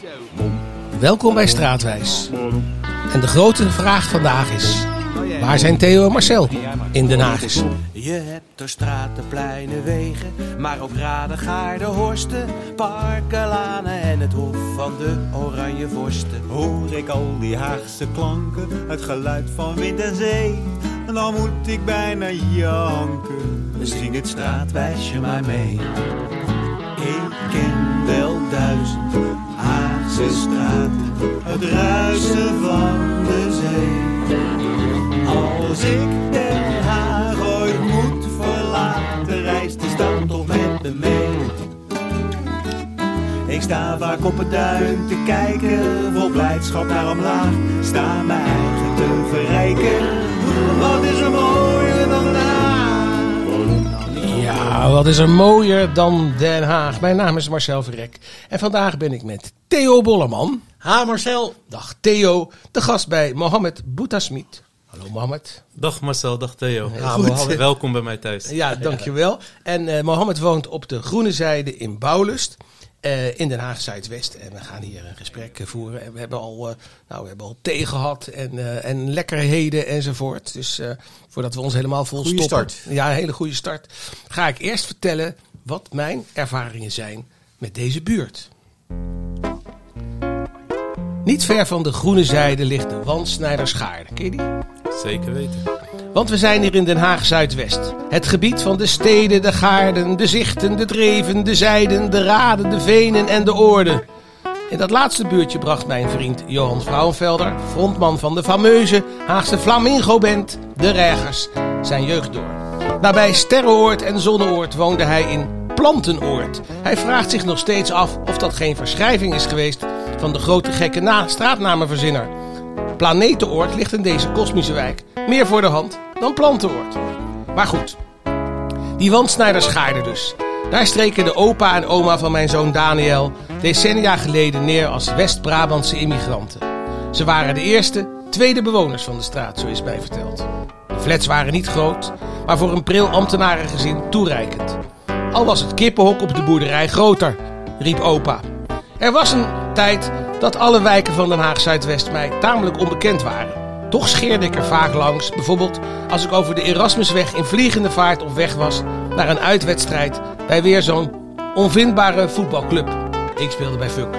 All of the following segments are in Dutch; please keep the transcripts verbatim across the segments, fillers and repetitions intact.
Welkom bij Straatwijs. En de grote vraag vandaag is: waar zijn Theo en Marcel in Den Haag? Je hebt er straten, pleinen, wegen, maar ook raden, gaarden, horsten, parken, lanen en het hof van de oranje vorsten. Hoor ik al die Haagse klanken, het geluid van wind en zee, en dan moet ik bijna janken. Zing het straatwijsje maar mee. Ik ken wel duizend Haagse straten, het ruisen van de zee. Als ik Den Haag ooit moet verlaten, reist de stad toch met me mee. Ik sta vaak op het duin te kijken, vol blijdschap naar omlaag, sta mijn eigen te verrijken. Wat is er mooier dan Den Haag? Ja, wat is er mooier dan Den Haag? Mijn naam is Marcel Verrek en vandaag ben ik met Theo Bolleman. Ha Marcel. Dag Theo, de gast bij Mohammed Boutasmit. Hallo Mohammed. Dag Marcel, dag Theo. Ja, Mohammed. Welkom bij mij thuis. Ja, dankjewel. En uh, Mohammed woont op de Groene Zijde in Bouwlust. Uh, in Den Haag Zuidwest. En we gaan hier een gesprek uh, voeren. En we hebben al, uh, nou, we hebben al thee gehad en, uh, en lekkerheden enzovoort. Dus uh, voordat we ons helemaal vol goeie stoppen. Start. Ja, een hele goede start. Ga ik eerst vertellen wat mijn ervaringen zijn met deze buurt. Niet ver van de Groene Zijde ligt de Wansnijdersgaarde. Ken je die? Zeker weten. Want we zijn hier in Den Haag Zuidwest. Het gebied van de steden, de gaarden, de zichten, de dreven, de zijden, de raden, de venen en de oorden. In dat laatste buurtje bracht mijn vriend Johan Vrouwenvelder, frontman van de fameuze Haagse Flamingo-band, de Reigers, zijn jeugd door. Nabij Sterrenoord en Zonneoord woonde hij in Plantenoord. Hij vraagt zich nog steeds af of dat geen verschrijving is geweest van de grote gekke na- straatnamenverzinner. Planetenoord ligt in deze kosmische wijk meer voor de hand dan Plantenoord. Maar goed, die Wansnijdersgaarde dus. Daar streken de opa en oma van mijn zoon Daniel decennia geleden neer als West-Brabantse immigranten. Ze waren de eerste, tweede bewoners van de straat, zo is mij verteld. De flats waren niet groot, maar voor een pril ambtenarengezin toereikend. Al was het kippenhok op de boerderij groter, riep opa. Er was een tijd dat alle wijken van Den Haag Zuidwest mij tamelijk onbekend waren. Toch scheerde ik er vaak langs, bijvoorbeeld als ik over de Erasmusweg in vliegende vaart op weg was naar een uitwedstrijd bij weer zo'n onvindbare voetbalclub. Ik speelde bij Fuk,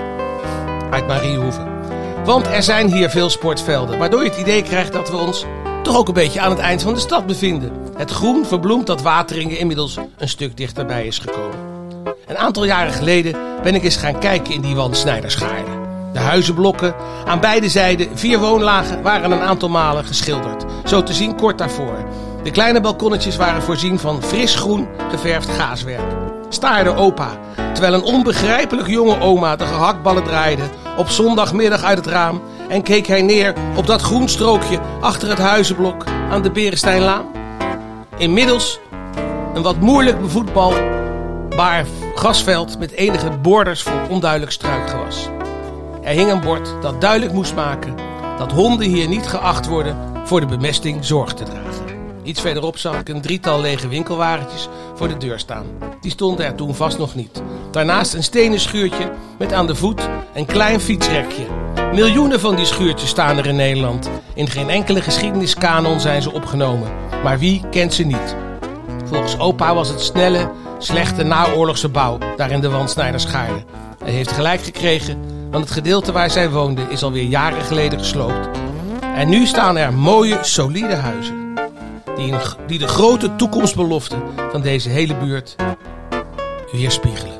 uit Mariehoeve. Want er zijn hier veel sportvelden, waardoor je het idee krijgt dat we ons toch ook een beetje aan het eind van de stad bevinden. Het groen verbloemt dat Wateringen inmiddels een stuk dichterbij is gekomen. Een aantal jaren geleden ben ik eens gaan kijken in die Wansnijdersgaarde. De huizenblokken aan beide zijden, vier woonlagen, waren een aantal malen geschilderd. Zo te zien kort daarvoor. De kleine balkonnetjes waren voorzien van fris groen geverfd gaaswerk. Staarde opa, terwijl een onbegrijpelijk jonge oma de gehaktballen draaide op zondagmiddag uit het raam en keek hij neer op dat groen strookje achter het huizenblok aan de Beresteinlaan. Inmiddels een wat moeilijk bevoetbalbaar grasveld met enige borders voor onduidelijk struikgewas. Er hing een bord dat duidelijk moest maken dat honden hier niet geacht worden voor de bemesting zorg te dragen. Iets verderop zag ik een drietal lege winkelwagentjes voor de deur staan. Die stonden er toen vast nog niet. Daarnaast een stenen schuurtje met aan de voet een klein fietsrekje. Miljoenen van die schuurtjes staan er in Nederland. In geen enkele geschiedeniskanon zijn ze opgenomen. Maar wie kent ze niet? Volgens opa was het snelle, slechte naoorlogse bouw daar in de Wansnijdersgaarde. Hij heeft gelijk gekregen, want het gedeelte waar zij woonde is alweer jaren geleden gesloopt. En nu staan er mooie, solide huizen. Die, een, die de grote toekomstbelofte van deze hele buurt weerspiegelen.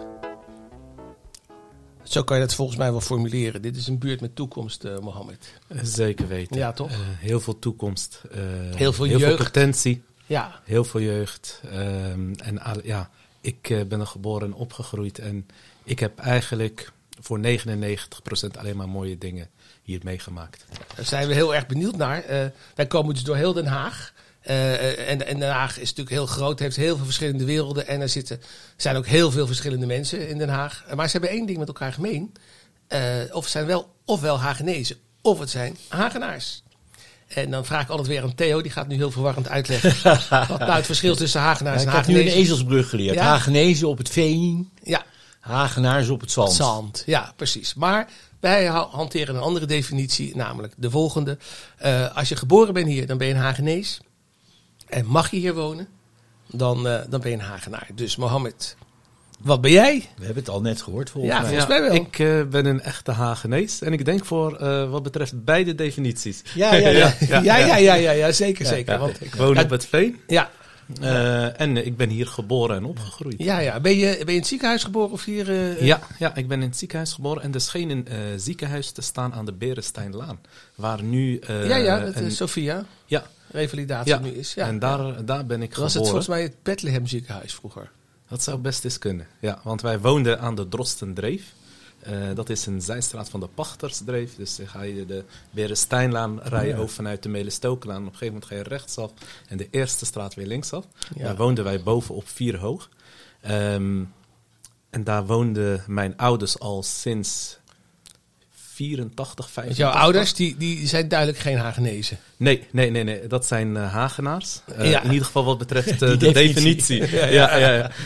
Zo kan je dat volgens mij wel formuleren. Dit is een buurt met toekomst, uh, Mohammed. Zeker weten. Ja, toch? Uh, heel veel toekomst. Uh, heel veel heel jeugd. Veel potentie. Ja. Heel veel jeugd. Um, en uh, ja, ik uh, ben er geboren en opgegroeid. En ik heb eigenlijk voor negenennegentig procent alleen maar mooie dingen hier meegemaakt. Daar zijn we heel erg benieuwd naar. Uh, wij komen dus door heel Den Haag. Uh, en, en Den Haag is natuurlijk heel groot, heeft heel veel verschillende werelden. En er zitten, zijn ook heel veel verschillende mensen in Den Haag. Maar ze hebben één ding met elkaar gemeen. Uh, of het zijn wel ofwel Haagenezen, of het zijn Hagenaars. En dan vraag ik altijd weer aan Theo, die gaat nu heel verwarrend uitleggen. Wat nou het verschil tussen Hagenaars ja, en ik heb Hagenezen. nu een ezelsbrug geleerd. Ja. Hagenezen op het veen. Ja. Hagenaars op het zand. Zand, ja, precies. Maar wij ha- hanteren een andere definitie, namelijk de volgende. Uh, als je geboren bent hier, dan ben je een Hagenees. En mag je hier wonen, dan, uh, dan ben je een Hagenaar. Dus Mohammed, wat ben jij? We hebben het al net gehoord volgens Ja, mij. volgens mij wel. Ik uh, ben een echte Hagenees. En ik denk voor uh, wat betreft beide definities. Ja, ja, ja. Ja, ja, ja, ja, ja, ja zeker, Ja, zeker. Ja, Want, ik woon ja, op het Veen. ja, Uh, en ik ben hier geboren en opgegroeid. ja, ja. Ben, je, ben je in het ziekenhuis geboren of hier? Uh, Ja, ja, ik ben in het ziekenhuis geboren. En er scheen een uh, ziekenhuis te staan aan de Beresteinlaan. Waar nu... Uh, ja, ja, dat een, is Sophia. ja, Revalidatie ja, nu is. Ja. en daar, daar ben ik was het geboren. volgens mij het Bethlehem ziekenhuis vroeger. Dat zou best eens kunnen. Ja, want wij woonden aan de Drostendreef. Uh, dat is een zijstraat van de Pachtersdreef. Dus dan ga je de Beresteinlaan rijden Ja. over vanuit de Melestokenlaan. Op een gegeven moment ga je rechtsaf en de eerste straat weer linksaf. Ja. Daar woonden wij bovenop Vierhoog. Um, en daar woonden mijn ouders al sinds vierentachtig, Want vijfentachtig. jouw ouders, die, die zijn duidelijk geen Hagenezen. Nee, nee, nee, nee. Dat zijn uh, Hagenaars. Uh, Ja. In ieder geval wat betreft uh, Die de definitie. definitie. ja, ja, ja.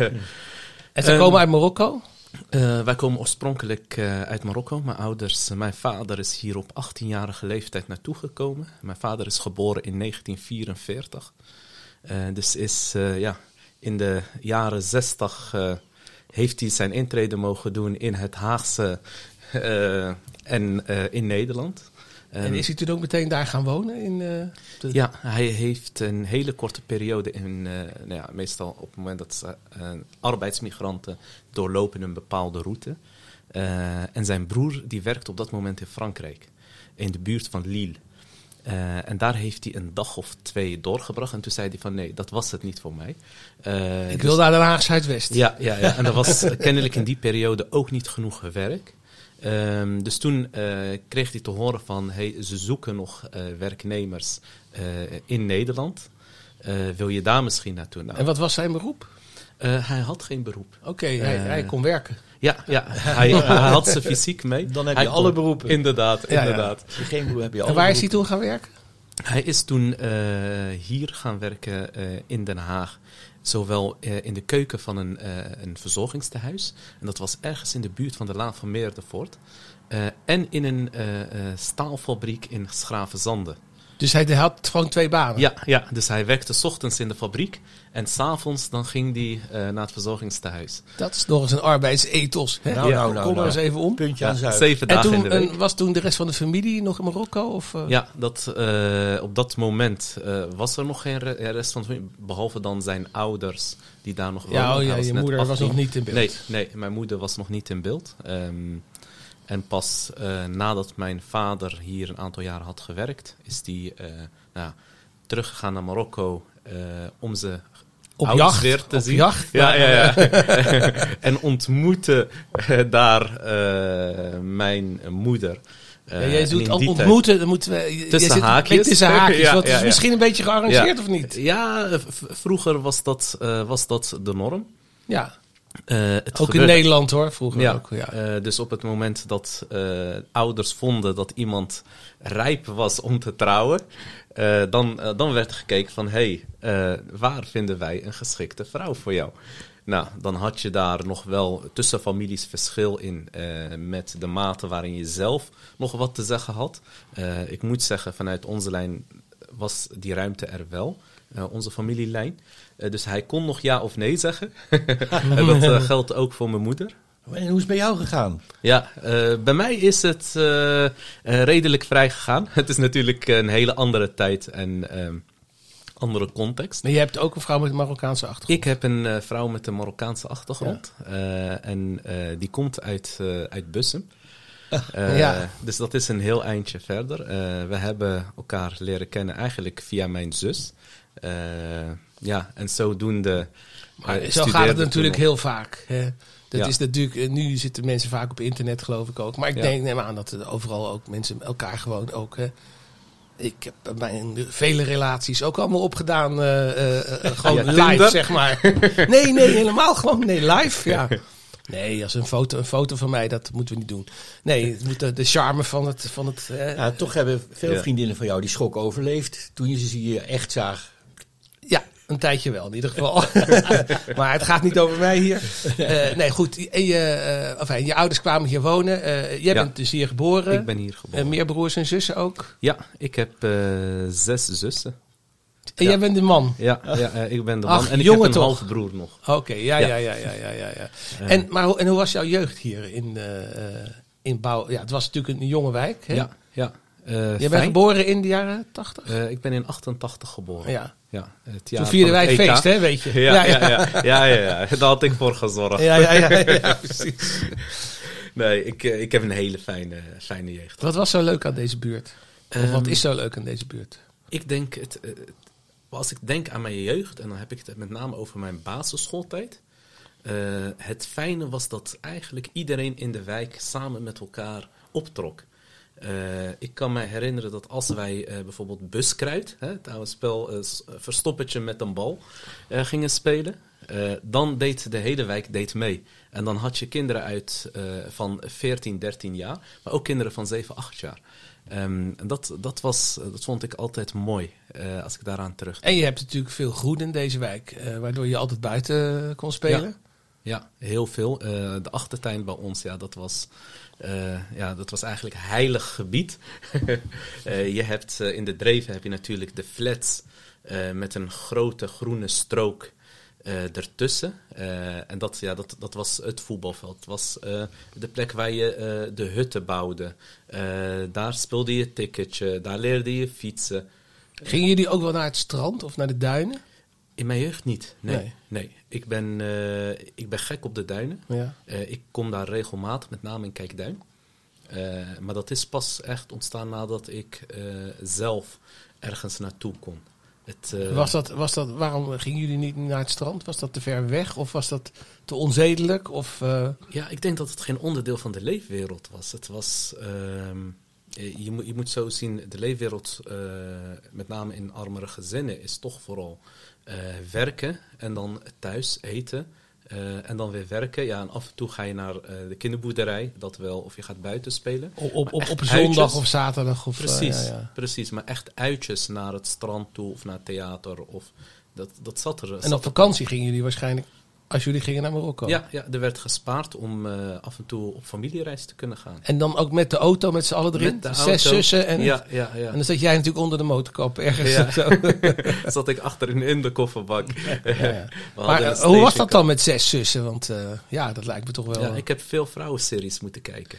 En ze Um, komen uit Marokko. Uh, wij komen oorspronkelijk uh, uit Marokko. Mijn ouders, uh, mijn vader is hier op achttienjarige leeftijd naartoe gekomen. Mijn vader is geboren in negentien vierenveertig. Uh, dus is uh, ja, in de jaren zestig uh, heeft hij zijn intrede mogen doen in het Haagse uh, en uh, in Nederland. En Um, is hij toen ook meteen daar gaan wonen? In, uh, de... Ja, hij heeft een hele korte periode in, uh, nou ja, meestal op het moment dat ze, uh, arbeidsmigranten doorlopen een bepaalde route. Uh, en zijn broer die werkte op dat moment in Frankrijk, in de buurt van Lille. Uh, en daar heeft hij een dag of twee doorgebracht. En toen zei hij van nee, dat was het niet voor mij. Uh, Ik dus- wil naar Den Haag Zuidwest. Ja, ja, ja, en er was uh, kennelijk in die periode ook niet genoeg werk. Um, dus toen uh, kreeg hij te horen van, hey, ze zoeken nog uh, werknemers uh, in Nederland. Uh, wil je daar misschien naartoe? Nou, En wat was zijn beroep? uh, hij had geen beroep. Oké, okay, hij, Uh, hij kon werken. Ja, ja hij, hij had zijn fysiek mee. Dan heb Hij je alle kon- beroepen. Inderdaad, Ja, ja. inderdaad. Als je geen beroep heb je alle En waar is hij beroepen. toen gaan werken? Hij is toen uh, hier gaan werken uh, in Den Haag. Zowel uh, in de keuken van een, uh, een verzorgingstehuis. En dat was ergens in de buurt van de Laan van Meerdervoort. Uh, en in een uh, uh, staalfabriek in Schravenzande. Dus hij had gewoon twee banen. Ja, ja, dus hij werkte 's ochtends in de fabriek. En 's avonds dan ging hij uh, naar het verzorgingstehuis. Dat is nog eens een arbeidsethos. Hè? Nou, Ja, nou, nou, Kom maar nou. eens even om. Puntje aan Ja, zuid. zeven En dagen in toen de week. en was toen de rest van de familie nog in Marokko? Of, uh... Ja, dat, uh, op dat moment uh, was er nog geen re- rest van de familie. Behalve dan zijn ouders die daar nog woonden. Ja, oh Hij ja, je net moeder was achttien. nog niet in beeld. Nee, nee, mijn moeder was nog niet in beeld. Um, en pas uh, nadat mijn vader hier een aantal jaren had gewerkt, is die uh, nou, teruggegaan naar Marokko uh, om ze Op ouders jacht, weer te op zien. jacht. Ja, ja, ja. En ontmoette uh, daar uh, mijn moeder. Uh, Ja, jij en doet in al die tijd- ontmoeten, dan moeten we... jij Tussen zit een haakjes. beetje Tussen haakjes, Ja, want het ja, is ja. misschien een beetje gearrangeerd Ja. of niet? Ja, v- vroeger was dat, uh, was dat de norm. Ja, Uh, het ook in gebeurde- Nederland hoor, vroeger Ja, ook. Ja. uh, dus op het moment dat uh, ouders vonden dat iemand rijp was om te trouwen, uh, dan, uh, dan werd er gekeken van, hé, hey, uh, waar vinden wij een geschikte vrouw voor jou? Nou, dan had je daar nog wel tussen families verschil in uh, met de mate waarin je zelf nog wat te zeggen had. Uh, ik moet zeggen, vanuit onze lijn was die ruimte er wel, uh, onze familielijn. Uh, dus hij kon nog ja of nee zeggen. En dat uh, geldt ook voor mijn moeder. En hoe is het bij jou gegaan? Ja, uh, bij mij is het uh, uh, redelijk vrij gegaan. Het is natuurlijk een hele andere tijd en uh, andere context. Maar je hebt ook een vrouw met een Marokkaanse achtergrond. Ik heb een uh, vrouw met een Marokkaanse achtergrond. Ja. Uh, en uh, die komt uit, uh, uit Bussum. Uh, Ja. Dus dat is een heel eindje verder. Uh, we hebben elkaar leren kennen eigenlijk via mijn zus. Uh, ja, en zodoende... Maar uh, zo gaat het studeerde natuurlijk toen nog. heel vaak. Hè? Dat Ja. is natuurlijk, eh, nu zitten mensen vaak op internet geloof ik ook. Maar ik Ja. denk, neem aan dat er overal ook mensen elkaar gewoon ook... Hè, ik heb bij mijn vele relaties ook allemaal opgedaan. eh, eh, eh, gewoon Ja, live, Tinder? zeg maar. Nee, nee, helemaal gewoon. Nee, live, ja. Nee, als een foto, een foto van mij, dat moeten we niet doen. Nee, het moet de, de charme van het... Van het eh, Ja, toch hebben veel Ja. vriendinnen van jou die schok overleefd toen je ze hier echt zag. ja, een tijdje wel in ieder geval. Maar het gaat niet over mij hier. Uh, nee, goed. En je, uh, enfin, je ouders kwamen hier wonen. Uh, jij Ja. bent dus hier geboren. Ik ben hier geboren. Uh, meer broers en zussen ook. Ja, ik heb uh, zes zussen. En Ja. jij bent de man. Ja, ja, ja, ik ben de Ach, man. En ik jongen heb een toch? halve broer nog. Oké, okay, ja, ja, Ja. ja, ja, ja, ja. ja. Uh, En, maar, hoe- en hoe was jouw jeugd hier in, uh, in Bouw? Ja, het was natuurlijk een jonge wijk. Hè? Ja, ja. Uh, Jij bent fijn. geboren in de jaren tachtig? Uh, ik ben in achtentachtig geboren. Ja. Ja, het jaar Toen vierden van wij het E K. feest, hè, weet je. Ja, ja, ja, ja, ja, ja, ja. Daar had ik voor gezorgd. ja, ja, ja, ja, ja, precies. Nee, ik, uh, ik heb een hele fijne, fijne jeugd. Wat was zo leuk aan deze buurt? Of Um, wat is zo leuk aan deze buurt? Ik denk, het, uh, als ik denk aan mijn jeugd, en dan heb ik het met name over mijn basisschooltijd. Uh, het fijne was dat eigenlijk iedereen in de wijk samen met elkaar optrok. Uh, ik kan me herinneren dat als wij uh, bijvoorbeeld buskruid, hè, het oude spel uh, verstoppertje met een bal, uh, gingen spelen, uh, dan deed de hele wijk deed mee. En dan had je kinderen uit uh, van veertien, dertien jaar, maar ook kinderen van zeven, acht jaar. Um, en dat, dat, was, dat vond ik altijd mooi, uh, als ik daaraan terug. En je hebt natuurlijk veel groen in deze wijk, uh, waardoor je altijd buiten kon spelen. Ja. Ja, heel veel. Uh, de achtertuin bij ons, ja, dat was, uh, ja, dat was eigenlijk heilig gebied. uh, je hebt uh, in de Dreven heb je natuurlijk de flats uh, met een grote groene strook uh, ertussen. Uh, en dat, ja, dat, dat was het voetbalveld. Het was uh, de plek waar je uh, de hutten bouwde. Uh, daar speelde je ticketje, daar leerde je fietsen. Gingen jullie ook wel naar het strand of naar de duinen? In mijn jeugd niet, nee. Nee. nee. Ik, ben, uh, ik ben gek op de duinen. Ja. Uh, ik kom daar regelmatig, met name in Kijkduin. Uh, maar dat is pas echt ontstaan nadat ik uh, zelf ergens naartoe kon. Het, uh, Was dat, was dat, waarom gingen jullie niet naar het strand? Was dat te ver weg of was dat te onzedelijk? Of, uh... Ja, ik denk dat het geen onderdeel van de leefwereld was. Het was... Uh, je, moet, je moet zo zien, de leefwereld, uh, met name in armere gezinnen, is toch vooral uh, werken en dan thuis eten. Uh, en dan weer werken. Ja, en af en toe ga je naar uh, de kinderboerderij, dat wel, of je gaat buiten spelen. Op, op, op, op uitjes, zondag of zaterdag? Of, precies, uh, ja, ja. precies, maar echt uitjes naar het strand toe of naar theater. Of, dat, dat zat er. En zat op vakantie gingen jullie waarschijnlijk, als jullie gingen naar Marokko? Ja, ja, er werd gespaard om uh, af en toe op familiereis te kunnen gaan. En dan ook met de auto, met z'n allen erin? Met de Zes auto. zussen en... Ja, ja, ja. En dan zat jij natuurlijk onder de motorkap ergens. Ja. Of zo. Zat ik achterin in de kofferbak. Ja, ja. We Maar hadden uh, een hoe was dat stagecar. dan met zes zussen? Want uh, ja, dat lijkt me toch wel... Ja, ik heb veel vrouwenseries moeten kijken.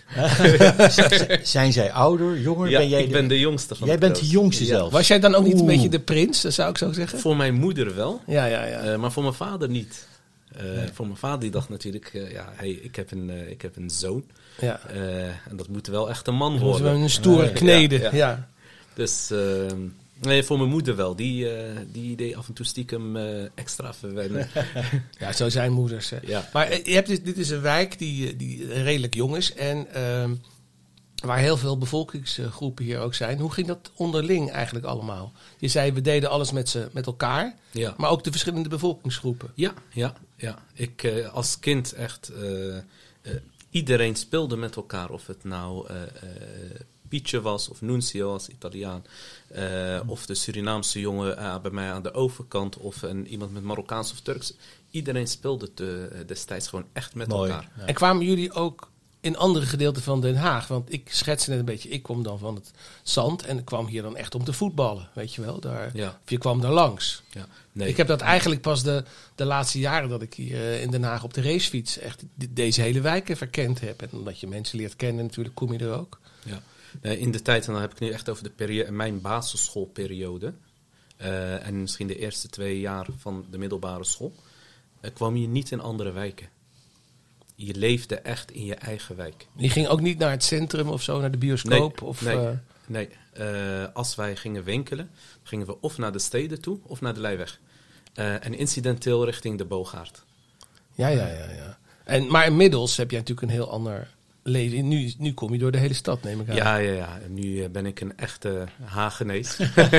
Zijn zij ouder, jonger? Ja, ben jij ik ben de jongste van Jij de bent de kroos. jongste Ja. zelf. Was jij dan ook niet een Oeh. beetje de prins, dat zou ik zo zeggen? Voor mijn moeder wel, Ja, ja, ja. uh, maar voor mijn vader niet. Uh, nee. Voor mijn vader die dacht natuurlijk, uh, ja, hey, ik, heb een, uh, ik heb een zoon. ja. Uh, en dat moet wel echt een man Moeten worden. we een stoere Nee. kneden. Ja, Ja, ja. ja. Dus uh, nee, voor mijn moeder wel. Die, uh, die deed af en toe stiekem uh, extra verwennen. zo zijn moeders. Hè. Ja. Maar uh, je hebt dus, dit is een wijk die, die redelijk jong is en uh, waar heel veel bevolkingsgroepen hier ook zijn. Hoe ging dat onderling eigenlijk allemaal? Je zei, we deden alles met, ze, met elkaar, Ja. maar ook de verschillende bevolkingsgroepen. Ja, ja, ja. Ik uh, als kind echt... Uh, uh, iedereen speelde met elkaar. Of het nou uh, uh, Pietje was of Nunzio als Italiaan. Uh, of de Surinaamse jongen uh, bij mij aan de overkant. Of een, iemand met Marokkaans of Turks. Iedereen speelde te, uh, destijds gewoon echt met Mooi. elkaar. Ja. En kwamen jullie ook in andere gedeelten van Den Haag? Want ik schets net een beetje, ik kom dan van het zand en ik kwam hier dan echt om te voetballen, weet je wel. Daar, Ja. Of je kwam daar langs. Ja. Nee. Ik heb dat eigenlijk pas de, de laatste jaren dat ik hier uh, in Den Haag op de racefiets echt de, deze hele wijken verkend heb. En omdat je mensen leert kennen natuurlijk, kom je er ook. Ja. Nee, in de tijd, en dan heb ik nu echt over de periode, mijn basisschoolperiode. Uh, en misschien de eerste twee jaar van de middelbare school. Uh, kwam je niet in andere wijken. Je leefde echt in je eigen wijk. Je ging ook niet naar het centrum of zo, naar de bioscoop? Nee, of, nee, uh, nee. Uh, als wij gingen winkelen, gingen we of naar de steden toe of naar de Leiweg. Uh, en incidenteel richting de Boogaard. Ja, ja, ja. ja. En, maar inmiddels heb jij natuurlijk een heel ander leven. Nu, nu kom je door de hele stad, neem ik aan. Ja, ja, ja. En nu uh, ben ik een echte Haagenees.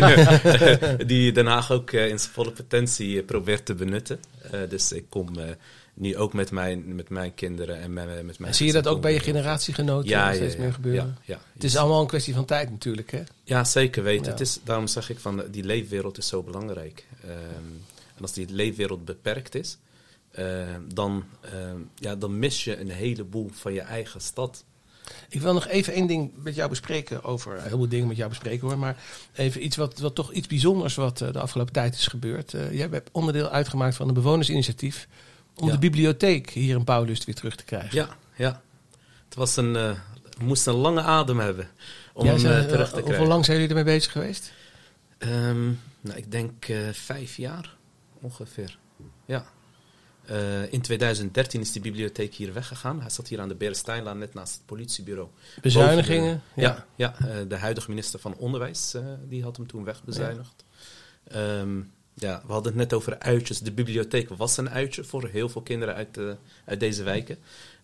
Die Den Haag ook uh, in zijn volle potentie uh, probeert te benutten. Uh, dus ik kom... Uh, Nu ook met mijn, met mijn kinderen en met, met mijn... En zie je dat ook bij je generatiegenoten ja, steeds ja, meer ja, gebeuren? Ja, ja. Het is allemaal een kwestie van tijd natuurlijk, hè? Ja, zeker weten. Ja. Het is, daarom zeg ik van, die leefwereld is zo belangrijk. Um, En als die leefwereld beperkt is, uh, dan, uh, ja, dan mis je een heleboel van je eigen stad. Ik wil nog even één ding met jou bespreken over, heel veel dingen met jou bespreken hoor, maar even iets wat, wat toch iets bijzonders wat uh, de afgelopen tijd is gebeurd. Uh, jij hebt onderdeel uitgemaakt van een bewonersinitiatief om ja. de bibliotheek hier in Pauwlust weer terug te krijgen. Ja, ja. Het was een, uh, we moesten een lange adem hebben om ja, hem uh, terug te uh, krijgen. Hoeveel lang zijn jullie ermee bezig geweest? Um, nou, ik denk uh, vijf jaar ongeveer. Ja. Uh, in tweeduizend dertien is die bibliotheek hier weggegaan. Hij zat hier aan de Berestijnlaan, net naast het politiebureau. Bezuinigingen? De, ja, ja, ja uh, de huidige minister van Onderwijs uh, die had hem toen wegbezuinigd. Ja. Um, ja, we hadden het net over uitjes. De bibliotheek was een uitje voor heel veel kinderen uit, uh, uit deze wijken.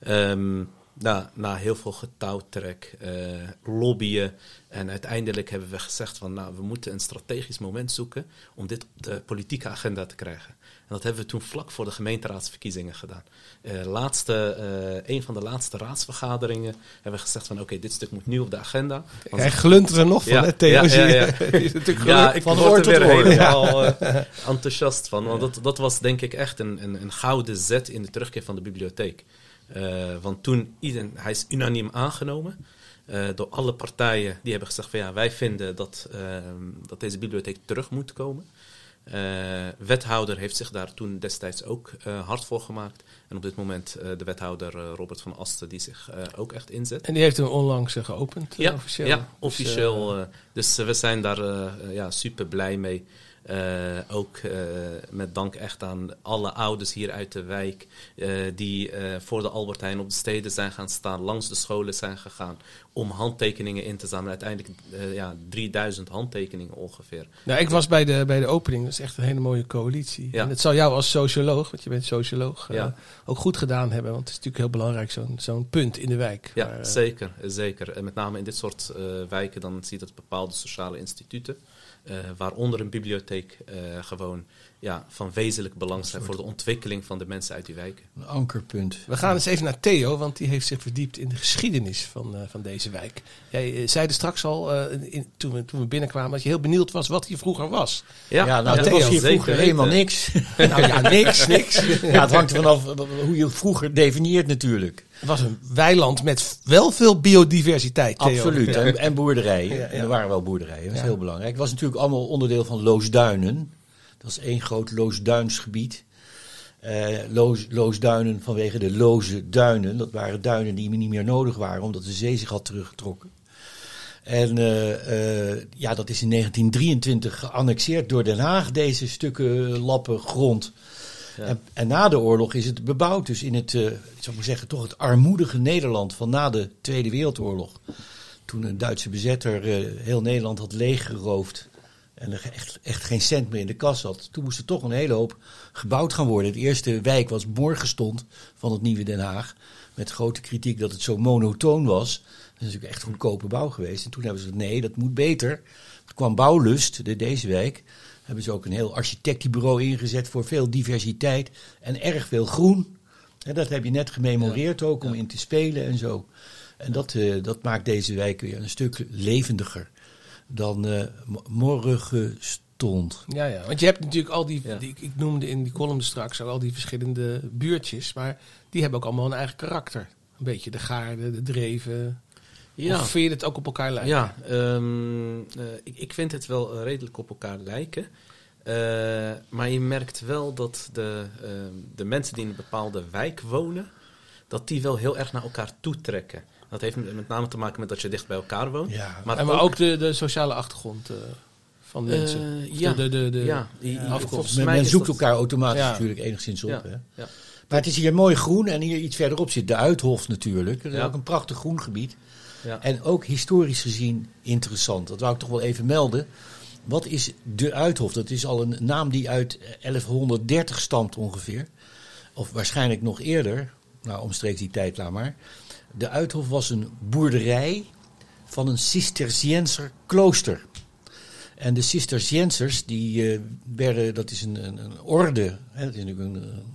Um, na, na heel veel getouwtrek, uh, lobbyen. En uiteindelijk hebben we gezegd van, nou, we moeten een strategisch moment zoeken om dit op de politieke agenda te krijgen. En dat hebben we toen vlak voor de gemeenteraadsverkiezingen gedaan. Uh, laatste, uh, een van de laatste raadsvergaderingen hebben we gezegd van, oké, okay, dit stuk moet nu op de agenda. Hij glunt er nog van, ja, hè, Theo? Ja, ja, ja. is natuurlijk ja, ik van word er weer oor. helemaal uh, enthousiast van. Want dat, dat was denk ik echt een, een, een gouden zet in de terugkeer van de bibliotheek. Uh, want toen, iedereen, hij is unaniem aangenomen. Uh, door alle partijen die hebben gezegd van ja, wij vinden dat, uh, dat deze bibliotheek terug moet komen. Uh, wethouder heeft zich daar toen destijds ook uh, hard voor gemaakt. En op dit moment uh, de wethouder uh, Robert van Asten die zich uh, ook echt inzet. En die heeft hem onlangs uh, geopend, uh, ja, officieel. Ja, dus, officieel. Uh, dus uh, we zijn daar uh, ja, super blij mee. Uh, ook uh, met dank echt aan alle ouders hier uit de wijk uh, die uh, voor de Albert Heijn op de steden zijn gaan staan, langs de scholen zijn gegaan om handtekeningen in te zamelen. Uiteindelijk uh, ja, drieduizend handtekeningen ongeveer. Nou, ik was bij de, bij de opening, dat is echt een hele mooie coalitie. Ja. En het zal jou als socioloog, want je bent socioloog, uh, ja. ook goed gedaan hebben. Want het is natuurlijk heel belangrijk, zo'n, zo'n punt in de wijk. Ja, waar, uh, zeker, zeker. En met name in dit soort uh, wijken dan zie je dat bepaalde sociale instituten, Uh, waaronder een bibliotheek uh, gewoon ja, van wezenlijk belang zijn voor de ontwikkeling van de mensen uit die wijken. Een ankerpunt. We gaan eens even naar Theo, want die heeft zich verdiept in de geschiedenis van, uh, van deze wijk. Jij uh, zeide straks al, uh, in, toen, we, toen we binnenkwamen, dat je heel benieuwd was wat hier vroeger was. Ja, ja nou, dat was hier vroeger helemaal niks. Nou ja, niks, niks. Ja, het hangt er vanaf hoe je het vroeger definieert natuurlijk. Het was een weiland met wel veel biodiversiteit, Theo. Absoluut, en, en boerderijen. Ja, ja. En er waren wel boerderijen, dat is ja. heel belangrijk. Het was natuurlijk allemaal onderdeel van Loosduinen. Dat is één groot Loosduinsgebied. Uh, Loos, Loosduinen vanwege de loze duinen. Dat waren duinen die niet meer nodig waren, omdat de zee zich had teruggetrokken. En uh, uh, ja, dat is in negentien drieëntwintig geannexeerd door Den Haag, deze stukken lappen grond. Ja. En, en na de oorlog is het bebouwd. Dus in het, uh, ik zou maar zeggen, toch het armoedige Nederland van na de Tweede Wereldoorlog. Toen een Duitse bezetter uh, heel Nederland had leeggeroofd. En er echt, echt geen cent meer in de kas had. Toen moest er toch een hele hoop gebouwd gaan worden. De eerste wijk was Morgenstond van het nieuwe Den Haag. Met grote kritiek dat het zo monotoon was. Dat is natuurlijk echt goedkope bouw geweest. En toen hebben ze gezegd, nee, dat moet beter. Er kwam Bouwlust, de, deze wijk. Hebben ze ook een heel architectenbureau ingezet voor veel diversiteit. En erg veel groen. En dat heb je net gememoreerd ja, ook om ja. in te spelen en zo. En dat, uh, dat maakt deze wijk weer een stuk levendiger dan uh, Morgenstond. Ja, ja, want je hebt natuurlijk al die, ja. die, ik noemde in die column straks al die verschillende buurtjes, maar die hebben ook allemaal een eigen karakter. Een beetje de Gaarden, de Dreven. Ja. Of vind je het ook op elkaar lijken? Ja, um, uh, ik, ik vind het wel uh, redelijk op elkaar lijken. Uh, maar je merkt wel dat de, uh, de mensen die in een bepaalde wijk wonen, dat die wel heel erg naar elkaar toetrekken. Dat heeft met name te maken met dat je dicht bij elkaar woont. Ja, maar, en maar ook, ook de, de sociale achtergrond uh, van de uh, mensen. Ja, de, de, de, ja, die, ja volgens mij men zoekt dat elkaar automatisch ja. natuurlijk enigszins op. Ja, hè? ja. Maar het is hier mooi groen en hier iets verderop zit de Uithof natuurlijk. Dat is ja. ook een prachtig groen gebied. Ja. En ook historisch gezien interessant. Dat wou ik toch wel even melden. Wat is de Uithof? Dat is al een naam die uit elfhonderddertig stamt ongeveer. Of waarschijnlijk nog eerder. Nou, omstreeks die tijd, laat maar. De Uithof was een boerderij van een Cisterciënser klooster. En de Cisterciënsers, die uh, werden, dat is een, een, een orde. Hè, dat is natuurlijk een, een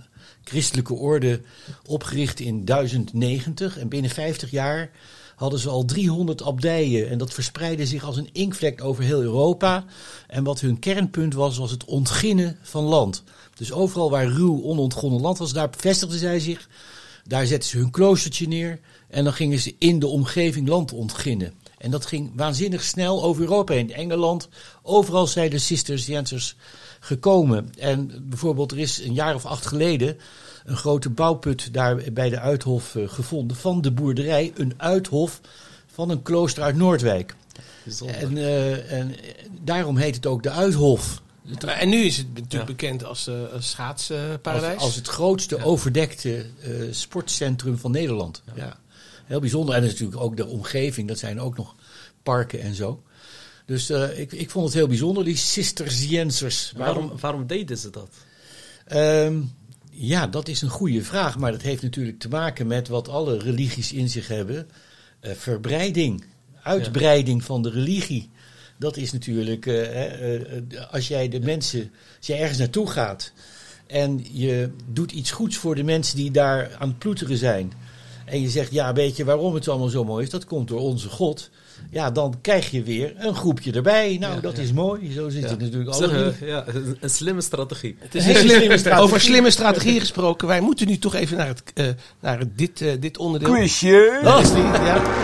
christelijke orde opgericht in duizend negentig. En binnen vijftig jaar hadden ze al driehonderd abdijen. En dat verspreidde zich als een inkvlek over heel Europa. En wat hun kernpunt was, was het ontginnen van land. Dus overal waar ruw, onontgonnen land was, daar vestigden zij zich. Daar zetten ze hun kloostertje neer. En dan gingen ze in de omgeving land ontginnen. En dat ging waanzinnig snel over Europa heen. Engeland, overal zijn de Cisterciënsers gekomen. En bijvoorbeeld, er is een jaar of acht geleden een grote bouwput daar bij de Uithof uh, gevonden van de boerderij. Een uithof van een klooster uit Noordwijk. En, uh, en daarom heet het ook de Uithof. En nu is het natuurlijk ja. bekend als, uh, als schaatsparadijs. Als, als het grootste ja. overdekte uh, sportcentrum van Nederland. Ja. Ja. Heel bijzonder. En natuurlijk ook de omgeving. Dat zijn ook nog parken en zo. Dus uh, ik, ik vond het heel bijzonder, die Cisterciënsers. Waarom, waarom, waarom deden ze dat? Um, ja, dat is een goede vraag. Maar dat heeft natuurlijk te maken met wat alle religies in zich hebben. Uh, verbreiding, uitbreiding ja. van de religie. Dat is natuurlijk, uh, uh, uh, als jij de mensen, als jij ergens naartoe gaat en je doet iets goeds voor de mensen die daar aan het ploeteren zijn. En je zegt, ja, weet je waarom het allemaal zo mooi is? Dat komt door onze God. Ja, dan krijg je weer een groepje erbij. Nou, ja, dat ja. is mooi. Zo zit ja. het natuurlijk allemaal. Ja, een slimme strategie. Het is een hele slimme strategie. Over slimme strategie gesproken. Wij moeten nu toch even naar, het, uh, naar het, dit, uh, dit onderdeel. Quizje! Dat is die, ja.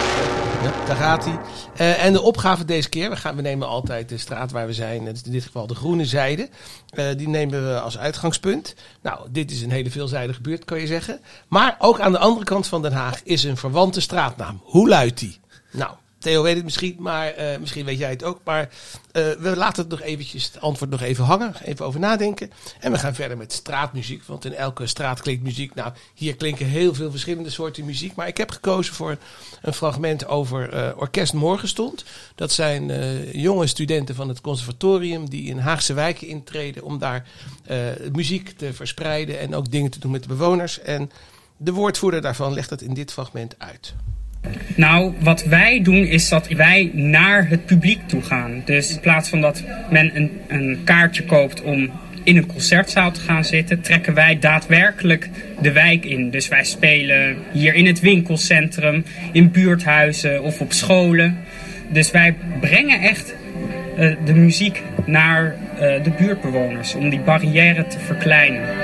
Ja, daar gaat hij. Uh, en de opgave deze keer, we, gaan, we nemen altijd de straat waar we zijn, dat is in dit geval de groene zijde. Uh, die nemen we als uitgangspunt. Nou, dit is een hele veelzijdige buurt, kan je zeggen. Maar ook aan de andere kant van Den Haag is een verwante straatnaam. Hoe luidt die? Nou, Theo weet het misschien, maar uh, misschien weet jij het ook. Maar uh, we laten het nog eventjes, het antwoord nog even hangen. Even over nadenken. En we gaan verder met straatmuziek. Want in elke straat klinkt muziek. Nou, hier klinken heel veel verschillende soorten muziek. Maar ik heb gekozen voor een fragment over uh, Orkest Morgenstond. Dat zijn uh, jonge studenten van het conservatorium die in Haagse wijken intreden. Om daar uh, muziek te verspreiden en ook dingen te doen met de bewoners. En de woordvoerder daarvan legt dat in dit fragment uit. Nou, wat wij doen is dat wij naar het publiek toe gaan. Dus in plaats van dat men een, een kaartje koopt om in een concertzaal te gaan zitten, trekken wij daadwerkelijk de wijk in. Dus wij spelen hier in het winkelcentrum, in buurthuizen of op scholen. Dus wij brengen echt uh, de muziek naar uh, de buurtbewoners om die barrière te verkleinen.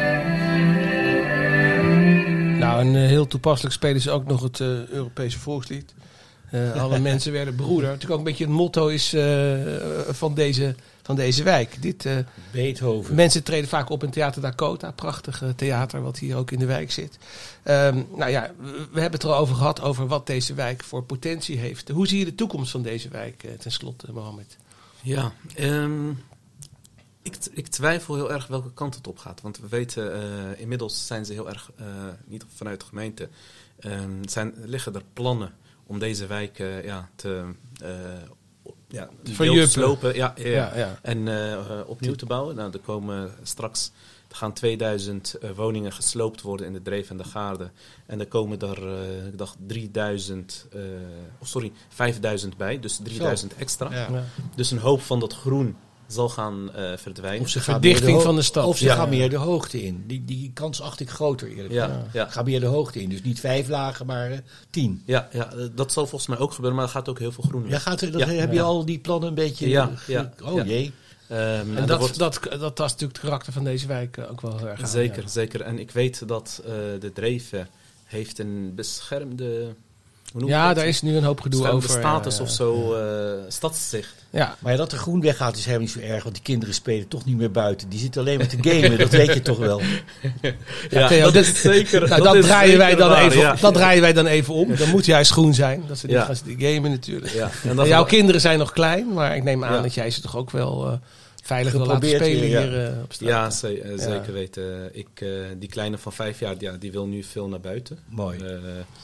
Nou, en uh, heel toepasselijk spelen ze ook nog het uh, Europese volkslied. Uh, alle mensen werden broeder. Natuurlijk ook een beetje het motto is uh, van, deze, van deze wijk. Dit, uh, Beethoven. Mensen treden vaak op in Theater Dakota. Prachtig uh, theater wat hier ook in de wijk zit. Um, nou ja, we hebben het er al over gehad over wat deze wijk voor potentie heeft. Hoe zie je de toekomst van deze wijk uh, ten slotte, Mohammed? Ja, um... Ik, ik twijfel heel erg welke kant het op gaat. Want we weten, uh, inmiddels zijn ze heel erg, uh, niet vanuit de gemeente, um, zijn, liggen er plannen om deze wijk uh, ja, te, uh, ja, te slopen ja, ja, ja. Ja, ja. en uh, uh, opnieuw te bouwen. Nou, er komen straks, er gaan tweeduizend uh, woningen gesloopt worden in de Dreef en de Gaarde. En er komen er, uh, ik dacht, drieduizend, uh, oh, sorry, vijfduizend bij. Dus drieduizend Zo. extra. Ja. Ja. Dus een hoop van dat groen zal gaan uh, verdwijnen. Of ze gaan verdichting ho- van de stad. Of ze ja. gaan meer de hoogte in. Die, die kans acht ik groter eerlijk gezegd. Ja, ja. Ga meer de hoogte in. Dus niet vijf lagen, maar uh, tien. Ja, ja, dat zal volgens mij ook gebeuren, maar er gaat ook heel veel groen weg. Ja, gaat, dat, ja. Heb je al die plannen een beetje... Ja, ja. Oh ja. jee. Um, en, en dat, wordt... dat, dat, dat tast natuurlijk het karakter van deze wijk ook wel heel erg aan. Zeker, ja. zeker. En ik weet dat uh, de Dreven heeft een beschermde... Ja, daar is nu een hoop gedoe over. status ja, ja. of zo, ja. uh, stadszicht. Ja. Maar ja, dat er groen weggaat is helemaal niet zo erg, want die kinderen spelen toch niet meer buiten. Die zitten alleen maar te gamen, dat weet je toch wel. Ja, ja Theo, dat, dat is zeker. Nou, dat, dat, draaien wij dan waar, even, ja. dat draaien wij dan even om. Dan moet juist groen zijn, dat ze niet ja. gaan zitten gamen natuurlijk. Ja. En dat en jouw wel... kinderen zijn nog klein, maar ik neem aan ja. dat jij ze toch ook wel... Uh, veilig wil laten spelen hier, hier ja. uh, op straat. Ja, ze, uh, zeker ja. weten. Ik, uh, die kleine van vijf jaar, ja, die wil nu veel naar buiten. Mooi. Uh,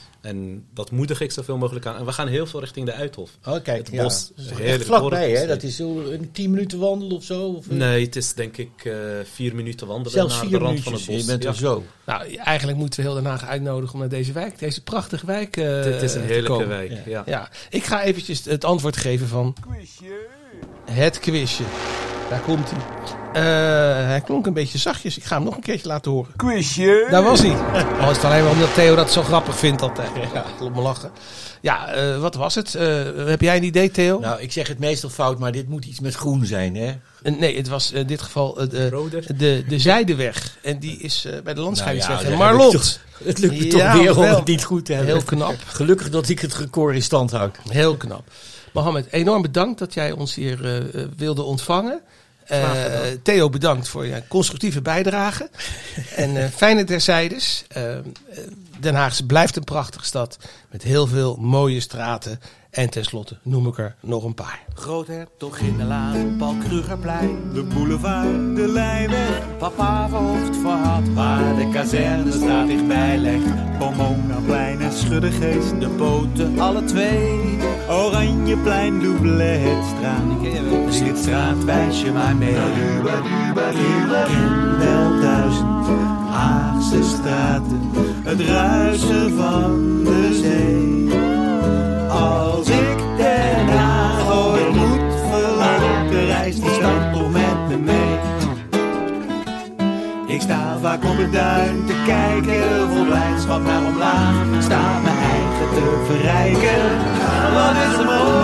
en dat moedig ik zoveel mogelijk aan. En we gaan heel veel richting de Uithof. Oh, kijk, het bos. Ja. Echt vlakbij, hè? Dat is zo een tien minuten wandelen of zo? Of? Nee, het is denk ik uh, vier minuten wandelen Zelfs naar vier de rand van het bos. Je bent ja. er zo. Nou, eigenlijk moeten we heel Den Haag uitnodigen om naar deze wijk, deze prachtige wijk uh, Dit is een heerlijke wijk, ja. Ja. ja. Ik ga eventjes het antwoord geven van... Quizje. Het quizje. Daar komt hij. Uh, hij klonk een beetje zachtjes. Ik ga hem nog een keertje laten horen. Quizje. Daar was hij. Al is het alleen maar omdat Theo dat zo grappig vindt altijd. Ja, laat me lachen. Ja, uh, wat was het? Uh, heb jij een idee, Theo? Nou, ik zeg het meestal fout, maar dit moet iets met groen zijn, hè? Uh, nee, het was in dit geval uh, de, de, de Zijdeweg. En die is uh, bij de Landscheidingsweg. Nou ja, en Marlot. Het, het lukt me ja, toch weer om wel. het niet goed te hebben. Heel knap. Gelukkig dat ik het record in stand houd. Heel knap. Mohammed, enorm bedankt dat jij ons hier uh, wilde ontvangen. Uh, Theo, bedankt voor je constructieve bijdrage. En uh, fijne terzijdes. Uh, Den Haag blijft een prachtige stad met heel veel mooie straten. En tenslotte noem ik er nog een paar. Groothertoginnenlaan, Paul Krugerplein, De boulevard, de Leijweg, Papa verhoofd verhad, waar de kazernestraat dichtbij legt. Pomonaplein en Schuddegeest, De poten, alle twee, Oranjeplein, Doubletstraat. de Slitstraat, wijs je maar mee. Ik ken wel duizend Haagse straten, het ruisen van de zee. Als ik Den Haag ooit moet verlaten, reist die stad toch met me mee. Ik sta vaak op het duin te kijken, vol blijdschap naar omlaag. Sta mijn eigen te verrijken, wat is er mooi.